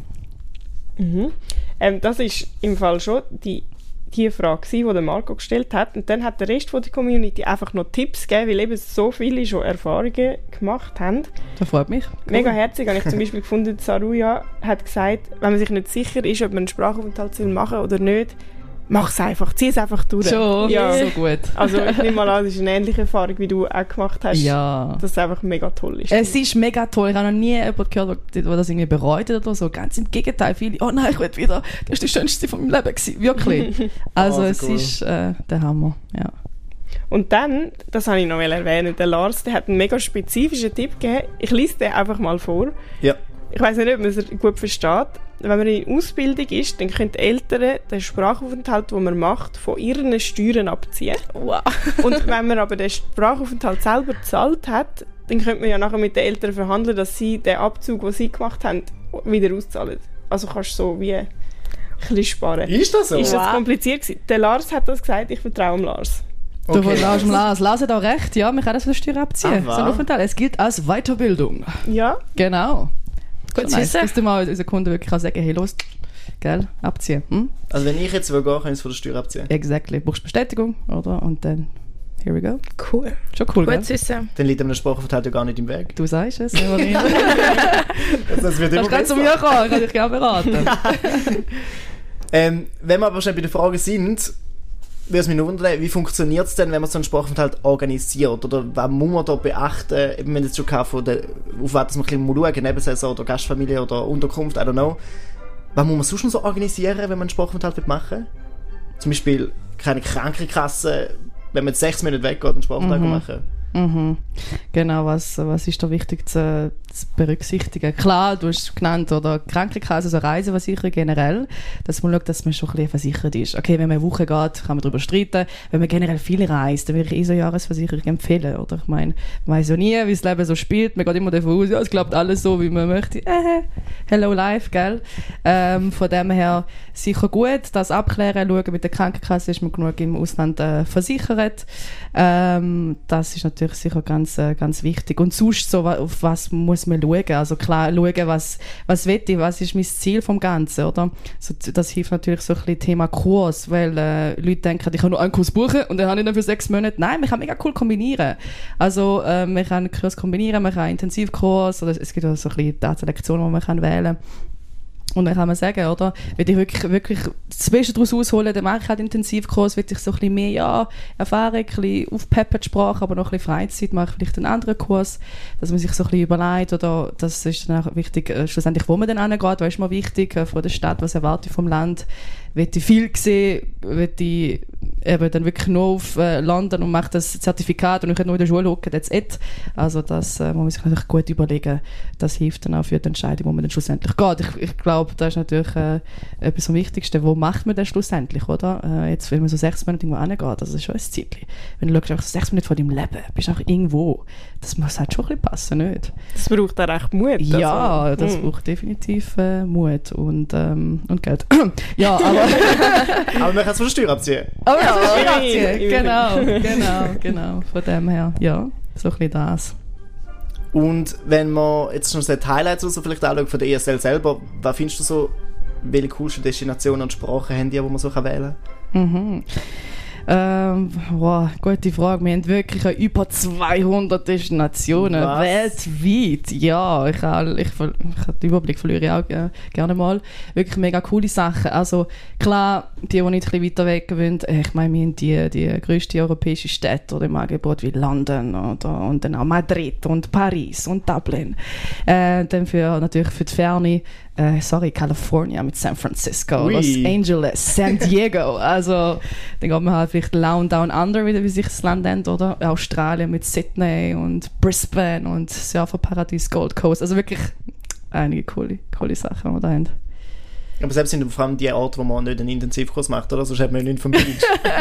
Mhm. Ähm, das ist im Fall schon die, die Frage, die der Marco gestellt hat. Und dann hat der Rest von der Community einfach noch Tipps gegeben, weil eben so viele schon Erfahrungen gemacht haben. Das freut mich. Mega herzig habe ich zum Beispiel gefunden, Saruja hat gesagt, wenn man sich nicht sicher ist, ob man einen Sprachaufenthalt machen soll oder nicht, mach es einfach, zieh es einfach durch. Schon, Ja. so gut. Also ich nehme mal an, das ist eine ähnliche Erfahrung, wie du auch gemacht hast, Ja. dass es einfach mega toll ist. Es ist mega toll. Ich habe noch nie jemanden gehört, der der das irgendwie bereut oder so. Ganz im Gegenteil. Viele, oh nein, ich will wieder. Das ist die schönste von meinem Leben gewesen. Wirklich. Also Oh, es cool. ist äh, der Hammer. Ja. Und dann, das habe ich noch mal erwähnen, der Lars, der hat einen mega spezifischen Tipp gegeben. Ich lese den einfach mal vor. Ja. Ich weiss nicht, ob man es gut versteht. Wenn man in Ausbildung ist, dann können die Eltern den Sprachaufenthalt, den man macht, von ihren Steuern abziehen. Wow. Und wenn man aber den Sprachaufenthalt selber gezahlt hat, dann könnte man ja nachher mit den Eltern verhandeln, dass sie den Abzug, den sie gemacht haben, wieder auszahlen. Also kannst du so wie ein bisschen sparen. Ist das so? Ist das Wow. kompliziert gewesen? Der Lars hat das gesagt, ich vertraue dem Lars. Du Okay. lässt dem Lars, Lars hat auch recht, ja, man kann das von der Steuer abziehen. Ah, wahr? so ein Aufenthalt. Es gilt als Weiterbildung. Ja, Genau. Gut Schon zu nice, wissen. dass du mal unseren Kunden wirklich auch sagen, hey, los, gell, abziehen. Hm? Also wenn ich jetzt will gehen, kann ich es von der Steuer abziehen. Exactly. Du brauchst Bestätigung, oder? Und dann, here we go. Cool. Schon cool, Gut gell? zu wissen. Dann liegt einem Sprachaufenthalt ja gar nicht im Weg. Du sagst es, Severin. Das wird immer Kannst gerade zu besser. mir kommen, ich kann dich gerne beraten. Ähm, wenn wir aber schon bei den Fragen sind, würde es mich nur wundern, wie funktioniert es denn, wenn man so einen Sprachaufenthalt organisiert? Oder was muss man da beachten? Eben, wenn jetzt schon gehabt von der, auf was man ein bisschen schauen, Nebensaison oder Gastfamilie oder Unterkunft, I don't know. Was muss man sonst noch so organisieren, wenn man einen Sprachaufenthalt machen will? Zum Beispiel keine Krankenkasse, wenn man jetzt sechs Monate weggeht, einen Sprachaufenthalt Mhm. machen. Mhm. Genau, was, was ist da wichtig zu, zu berücksichtigen? Klar, du hast es genannt, oder Krankenkasse, also Reiseversicherung generell, dass man schaut, dass man schon ein bisschen versichert ist. Okay, wenn man eine Woche geht, kann man darüber streiten. Wenn man generell viel reist, dann würde ich eh so eine Jahresversicherung empfehlen, oder? Ich meine, man weiß ja nie, wie das Leben so spielt. Man geht immer davon aus, ja, es klappt alles so, wie man möchte. Äh, hello life, gell? Ähm, von dem her sicher gut, das abklären, schauen, mit der Krankenkasse ist man genug im Ausland äh, versichert. Ähm, das ist natürlich sicher ganz, äh, ganz wichtig. Und sonst, so, auf was muss man schauen? Also klar, schauen, was, was will ich, was ist mein Ziel vom Ganzen, oder? So, das hilft natürlich so ein bisschen Thema Kurs, weil äh, Leute denken, ich kann nur einen Kurs buchen und dann habe ich dann für sechs Monate. Nein, man kann mega cool kombinieren. Also äh, man kann einen Kurs kombinieren, man kann einen Intensivkurs, oder es gibt auch so ein bisschen Datenlektionen, die man kann wählen kann. Und dann kann man sagen, oder, wenn ich wirklich, wirklich das Beste daraus ausholen, dann mache ich halt Intensivkurs, will ich so ein bisschen mehr ja, Erfahrung, ein bisschen aufpeppen die Sprache, aber noch ein bisschen Freizeit, mache ich vielleicht einen anderen Kurs, dass man sich so ein bisschen überlegt, oder das ist dann auch wichtig, äh, schlussendlich, wo man dann hingeht, was ist mir wichtig, äh, von der Stadt, was erwarte ich vom Land, will ich viel sehen, will ich eben dann wirklich nur auf äh, London und mache das Zertifikat und ich kann nur in der Schule hocken, that's it. Also das äh, muss man sich natürlich gut überlegen. Das hilft dann auch für die Entscheidung, wo man dann schlussendlich geht. Ich, ich glaube, das ist natürlich äh, etwas am Wichtigsten. Wo macht man das schlussendlich, oder? Äh, jetzt, wenn man so sechs Monate irgendwo hingeht, das ist schon ein Ziel. Wenn du schaust, sechs Monate von deinem Leben, bist du auch irgendwo, das muss halt schon ein bisschen passen, nicht? Das braucht auch recht Mut. Ja, also. das hm. braucht definitiv äh, Mut und, ähm, und Geld. Ja, aber... Aber man kann es von der Steuer abziehen. Aber ja, Ja, Aktien, ja. genau, genau, genau. Von dem her, ja, so ein bisschen das. Und wenn man jetzt schon so die Highlights oder so vielleicht anschaut von der E S L selber, was findest du so, welche coolsten Destinationen und Sprachen haben die, die man so wählen kann? Mhm. Ähm, wow, gute Frage. Wir haben wirklich über zweihundert Destinationen Was? weltweit. Ja, ich habe ich, ich, ich, den Überblick verliere ich auch äh, gerne mal. Wirklich mega coole Sachen. Also klar, die, die nicht ein bisschen weiter weg sind, äh, ich meine, wir haben die, die grösste europäische Städte oder im Angebot wie London oder, und dann auch Madrid und Paris und Dublin. Äh, dann für, natürlich für die Ferne, äh, sorry, California mit San Francisco, Ui. Los Angeles, San Diego. Also dann geht man halt vielleicht Down Down Under, wie, wie sich das Land nennt, oder? Australien mit Sydney und Brisbane und Surferparadies Gold Coast. Also wirklich einige coole, coole Sachen, die wir da haben. Aber selbst sind vor allem die Orte, wo man nicht einen Intensivkurs macht, oder? Sonst hat man ja nichts vom Beach.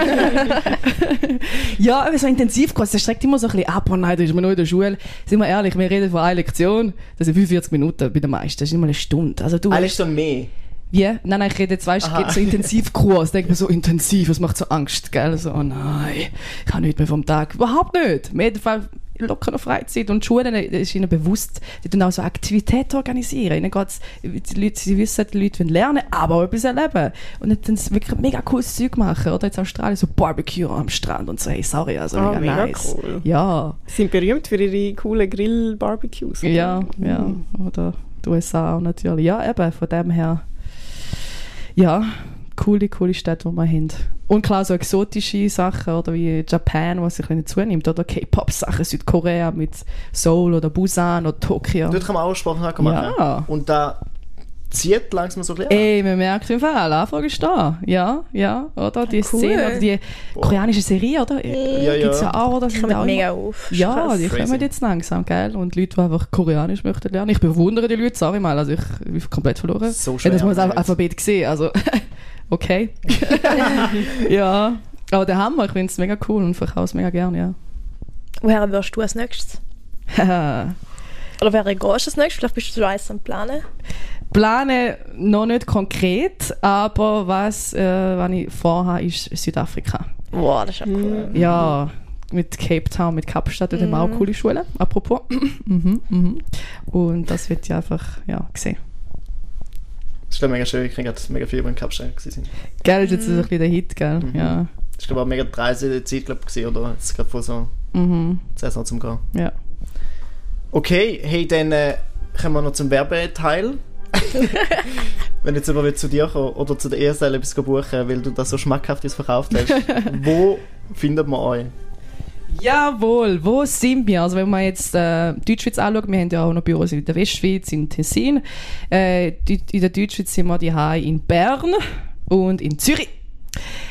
Ja, aber so ein Intensivkurs, das schreckt immer so ein bisschen ab. Oh nein, da ist man nur in der Schule. Sind wir ehrlich, wir reden von einer Lektion, das sind fünfundvierzig Minuten bei den meisten. Das ist nicht mal eine Stunde. Also du Alles schon mehr. Wie? Nein, nein, ich rede jetzt, weißt du, geht so Intensivkurs. Denkt man so intensiv, das macht so Angst, gell? So, oh nein, ich habe nichts mehr vom Tag. Überhaupt nicht. Wir haben locker noch Freizeit und die Schulen, das ist ihnen bewusst, die tun auch so Aktivitäten organisieren. Ihnen geht's, die Leute, sie wissen, die Leute wollen lernen, aber auch etwas erleben. Und dann sie wirklich mega cooles Zeug machen. Oder jetzt Australien, so Barbecue am Strand und so, hey, sorry, also Oh, mega, mega nice. cool. Ja. Sie sind berühmt für ihre coolen Grill-Barbecues. oder? Ja, ja. Oder die U S A auch natürlich. Ja, eben, von dem her. Ja, coole, coole Städte, die wir haben. Und klar, so exotische Sachen, oder wie Japan, was sich ein bisschen zunimmt, oder K-Pop-Sachen, Südkorea mit Seoul oder Busan oder Tokio. Dort kann man auch Sprachen machen. Ja. Und da zieht langsam so ein bisschen an. Ey, man merkt im Fall, Anfrage ist da. Ja, ja, oder? Die Cool. Szene, oder die Boah. koreanische Serie, oder? Ja, ja. Gibt's ja auch, oder? Sind Kommt auch mega immer- auf. Ja, Krass. die Crazy. kommen jetzt langsam, gell? Und Leute, die einfach Koreanisch möchten lernen. Ich bewundere die Leute, sorry mal, also ich, ich bin komplett verloren. So Ich schwer. habe das mal das jetzt. Alphabet gesehen, also okay. Ja, aber der Hammer, ich finde es mega cool und verkaufe es mega gerne, ja. Woher wirst du als nächstes? Oder wer gehst du als nächstes? Vielleicht bist du eins am Planen. Plane noch nicht konkret, aber was, äh, was ich vorhabe, ist Südafrika. Wow, das ist ja cool. Ja, mit Cape Town, mit Kapstadt, dort haben wir auch coole Schulen, apropos. mhm, mhm. Und das wird ja einfach, ja, gesehen. Das ist glaub ich, mega schön. Ich kriege gerade mega viel über den Kapstadt gesehen. Gell, ist jetzt so ein bisschen der Hit, gell? Mhm. Ja. Das war glaube ich auch mega die Reisezeit, glaube ich, oder? Jetzt gerade vor so Mhm. Saison zum Gehen. Ja. Okay, hey, dann äh, kommen wir noch zum Werbeteil. Wenn jetzt jemand zu dir kommen oder zu der E S L etwas buchen, weil du das so schmackhaft verkauft hast, wo findet man euch? Jawohl, wo sind wir? Also wenn man jetzt äh, Deutschschweiz anschaut, wir haben ja auch noch Büros in der Westschweiz, in Tessin. Äh, in der Deutschschweiz sind wir die in Bern und in Zürich.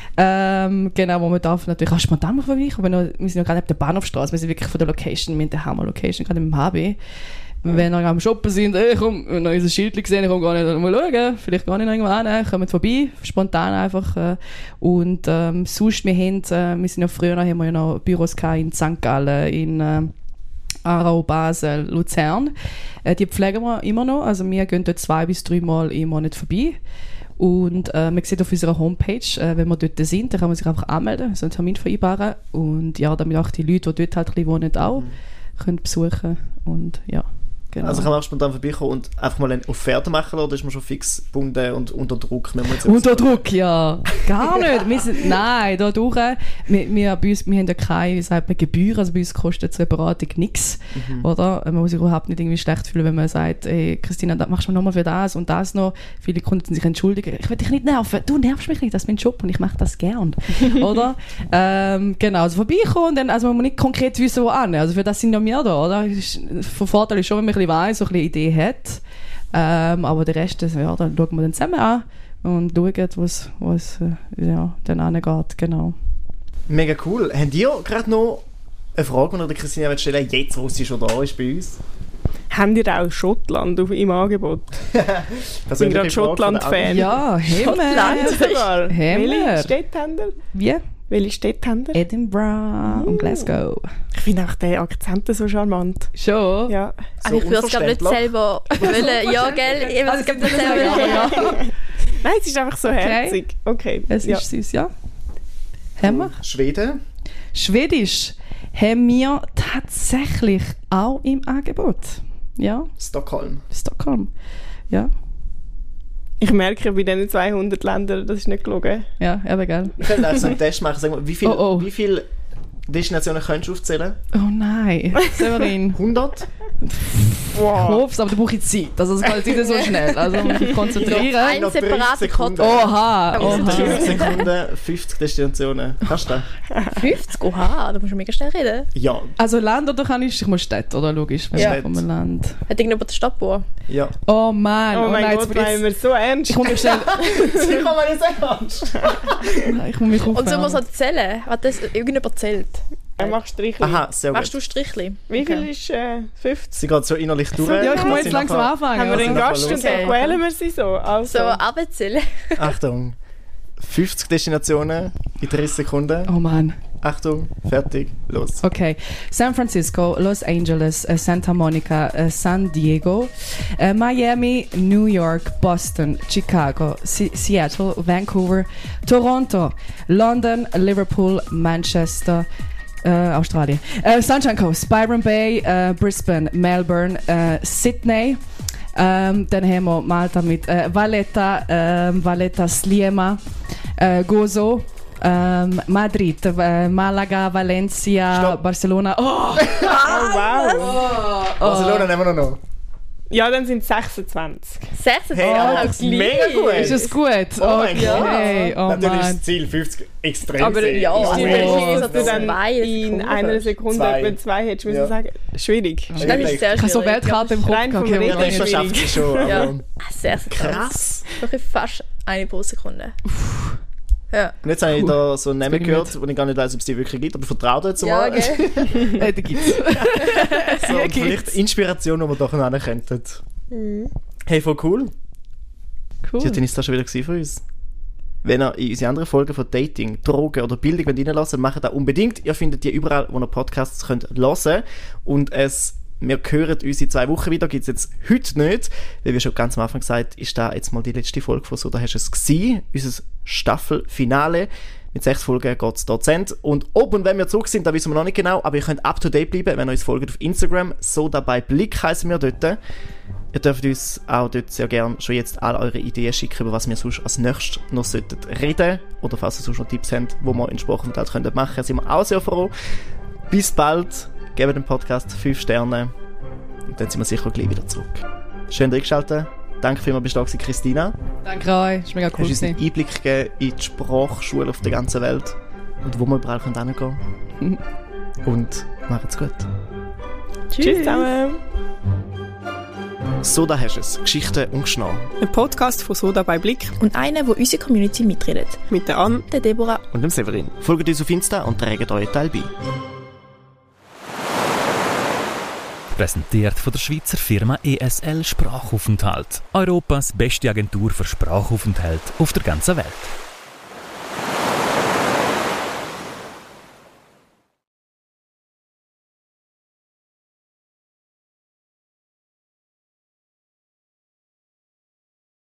Ähm, genau, wo man darf natürlich auch spontan mal vorbeikommen. Wir sind ja gerade auf der Bahnhofstraße, wir sind wirklich von der Location, wir haben die Hammer-Location, gerade im H B. Wenn ihr am Shoppen sind, ey, komm, wenn ihr unser Schild gesehen habt, komm gar nicht mal schauen, vielleicht gar nicht noch irgendwo hin, kommt vorbei, spontan einfach. Äh, und ähm, sonst, wir haben, äh, wir sind ja früher, haben wir ja noch Büros gehabt in Sankt Gallen, in äh, Aarau, Basel, Luzern. Äh, die pflegen wir immer noch, also wir gehen dort zwei bis drei Mal im Monat vorbei. Und äh, man sieht auf unserer Homepage, äh, wenn wir dort sind, dann kann man sich einfach anmelden, so einen Termin vereinbaren. Und ja, damit auch die Leute, die dort halt ein bisschen wohnen, auch mhm. können besuchen. Und ja. Genau. Also kann man auch spontan vorbeikommen und einfach mal eine Offerte machen, oder ist man schon fix gebunden und unter Druck? Unter Druck, ja. Gar nicht. Wir sind, nein, da durch. Wir, wir, bei uns, wir haben ja keine, wie sagt man, Gebühren, also bei uns kostet so eine Beratung nichts. Mhm. Oder? Man muss sich überhaupt nicht irgendwie schlecht fühlen, wenn man sagt, hey, Christina, das machst du nochmal für das und das noch. Viele Kunden sich entschuldigen. Ich will dich nicht nerven. Du nervst mich nicht, das ist mein Job und ich mache das gern. Oder? Ähm, genau, also vorbeikommen und dann, also man muss nicht konkret wissen, wo an. Also für das sind ja wir da, oder? Von Vorteil ist schon, wenn man weiss, so ein bisschen Idee hat. Ähm, aber der Rest, ja, dann schauen wir dann zusammen an und schauen, was, was äh, ja, dann angeht. Genau. Mega cool. Habt ihr gerade noch eine Frage, die ihr der Christina stellen wollt, jetzt, wo sie schon da ist bei uns? Habt ihr auch Schottland auf, im Angebot? Ich bin gerade Schottland-Fan. Ja, haben wir. sogar. Haben Welche Städte haben ihr? Wie? Welche Städte haben ihr? Edinburgh uh. und Glasgow. Ich finde auch den Akzent so charmant. Schon? Ja. So ich würde es glaube nicht selber wollen. Ja, gell? Ich würde es glaube nicht selber ja. Nein, es ist einfach so okay. herzig. Okay. Es ja. ist süß, ja. Haben wir? Schweden? Schwedisch haben wir tatsächlich auch im Angebot. Ja. Stockholm. Stockholm, ja. Ich merke bei diesen zweihundert Ländern, das ist nicht gelogen. Ja, aber geil. Ich könnte einfach so einen Test machen. Sag mal, wie viele oh, oh. wie viel Destinationen könntest du aufzählen? Oh nein, Severin. hundert? Wow. Ich hoffe es, aber du brauchst jetzt Zeit. Also es geht nicht so schnell. Also man muss sich konzentrieren. Ein separater Code. Oha, oha. dreißig Sekunden, fünfzig Destinationen. Kannst du das? fünfzig? Oha, da musst du mega schnell reden. Ja. Also Land oder kann ich? Ich muss Städte, oder? Logisch, wenn ja. ich vom Land. Hat irgendjemand den Stadtbauer? Ja. Oh Mann. Oh, oh mein nein, Gott, meinen wir so ernst. Ich muss mich schnell... Sie kann man nicht ernst. Ich muss mich Und so muss er zählen. Hat das irgendjemand zählt? Er macht Strichli. Aha, sehr gut. Machst du Strichli? Wie okay. viel ist äh, fünfzig? Sie geht so innerlich durch. Ja, ich muss jetzt langsam anfangen. Haben wir einen Gast und dann quälen wir sie so. Also. So, abzählen. Achtung. fünfzig Destinationen in dreißig Sekunden. Oh Mann. Achtung, fertig, los. Okay. San Francisco, Los Angeles, uh, Santa Monica, uh, San Diego, uh, Miami, New York, Boston, Chicago, C- Seattle, Vancouver, Toronto, London, Liverpool, Manchester, Uh, Australien. Uh, Sunshine Coast, Byron Bay, uh, Brisbane, Melbourne, uh, Sydney. Um, dann haben wir Malta mit uh, Valletta, uh, Valletta Sliema, uh, Gozo, um, Madrid, uh, Malaga, Valencia, Stopp. Barcelona. Oh, oh wow! Oh. Barcelona nehmen wir noch. Ja, dann sind es sechsundzwanzig. sechsundzwanzig? Hey, oh, das ist mega gut. Ist es gut? Oh mein okay. Gott. Hey, oh Natürlich Mann. ist das Ziel fünfzig extrem Aber sehr. ja, also oh, dass du dann zwei in Sekunden einer Sekunde zwei. etwa zwei hättest müssen Ja. sagen. Schwierig. Ja. Das ist sehr Ich habe so schwierig. Weltkarte im Kopf Rein vom gehabt. Ja, Reden das schafft sie schon. Aber Ja. Ah, sechsundzwanzig. krass. Wirklich fast eine pro Sekunde. Ja. Und jetzt habe ich da so einen Namen bin ich gehört, wo ich gar nicht weiß, ob es die wirklich gibt, aber vertraut jetzt Ja, mal. gell? Äh, da gibt's. So, und vielleicht Inspiration, die wir doch noch könnten. Mhm. Hey, voll cool. Cool. Ja, dann ist das schon wieder gewesen für uns. Wenn ihr in unsere anderen Folgen von Dating, Drogen oder Bildung reinlassen, macht das unbedingt. Ihr findet die überall, wo ihr Podcasts könnt hören. Und es, wir hören uns in zwei Wochen wieder. Gibt es jetzt heute nicht. Wie wir schon ganz am Anfang gesagt haben, ist da jetzt mal die letzte Folge von «So, da hast du es gewesen». Unser Staffelfinale. Mit sechs Folgen geht es dort zu Ende. Und ob und wenn wir zurück sind, da wissen wir noch nicht genau. Aber ihr könnt up to date bleiben, wenn ihr uns folgt auf Instagram. «So dabei Blick» heissen wir dort. Ihr dürft uns auch dort sehr gerne schon jetzt all eure Ideen schicken, über was wir sonst als nächstes noch sollten reden. Oder falls ihr sonst noch Tipps habt, die wir entsprechend halt können machen können, sind wir auch sehr froh. Bis bald. Gebt dem Podcast fünf Sterne. Und dann sind wir sicher gleich wieder zurück. Schön eingeschaltet. Danke vielmals, bist du da gewesen, Christina. Danke euch, das war mega cool. Du hast uns einen Einblick gegeben in die Sprachschule auf der ganzen Welt. Und wo wir überall hingehen können. Und macht's gut. Tschüss zusammen. So, da hast du es. Geschichten und Geschnau. Ein Podcast von Soda bei Blick Und einen, wo unsere Community mitredet. mit der Anne. Der Deborah. Und dem Severin. Folgt uns auf Insta und trägt euch Teil bei. Präsentiert von der Schweizer Firma E S L Sprachaufenthalt. Europas beste Agentur für Sprachaufenthalt auf der ganzen Welt.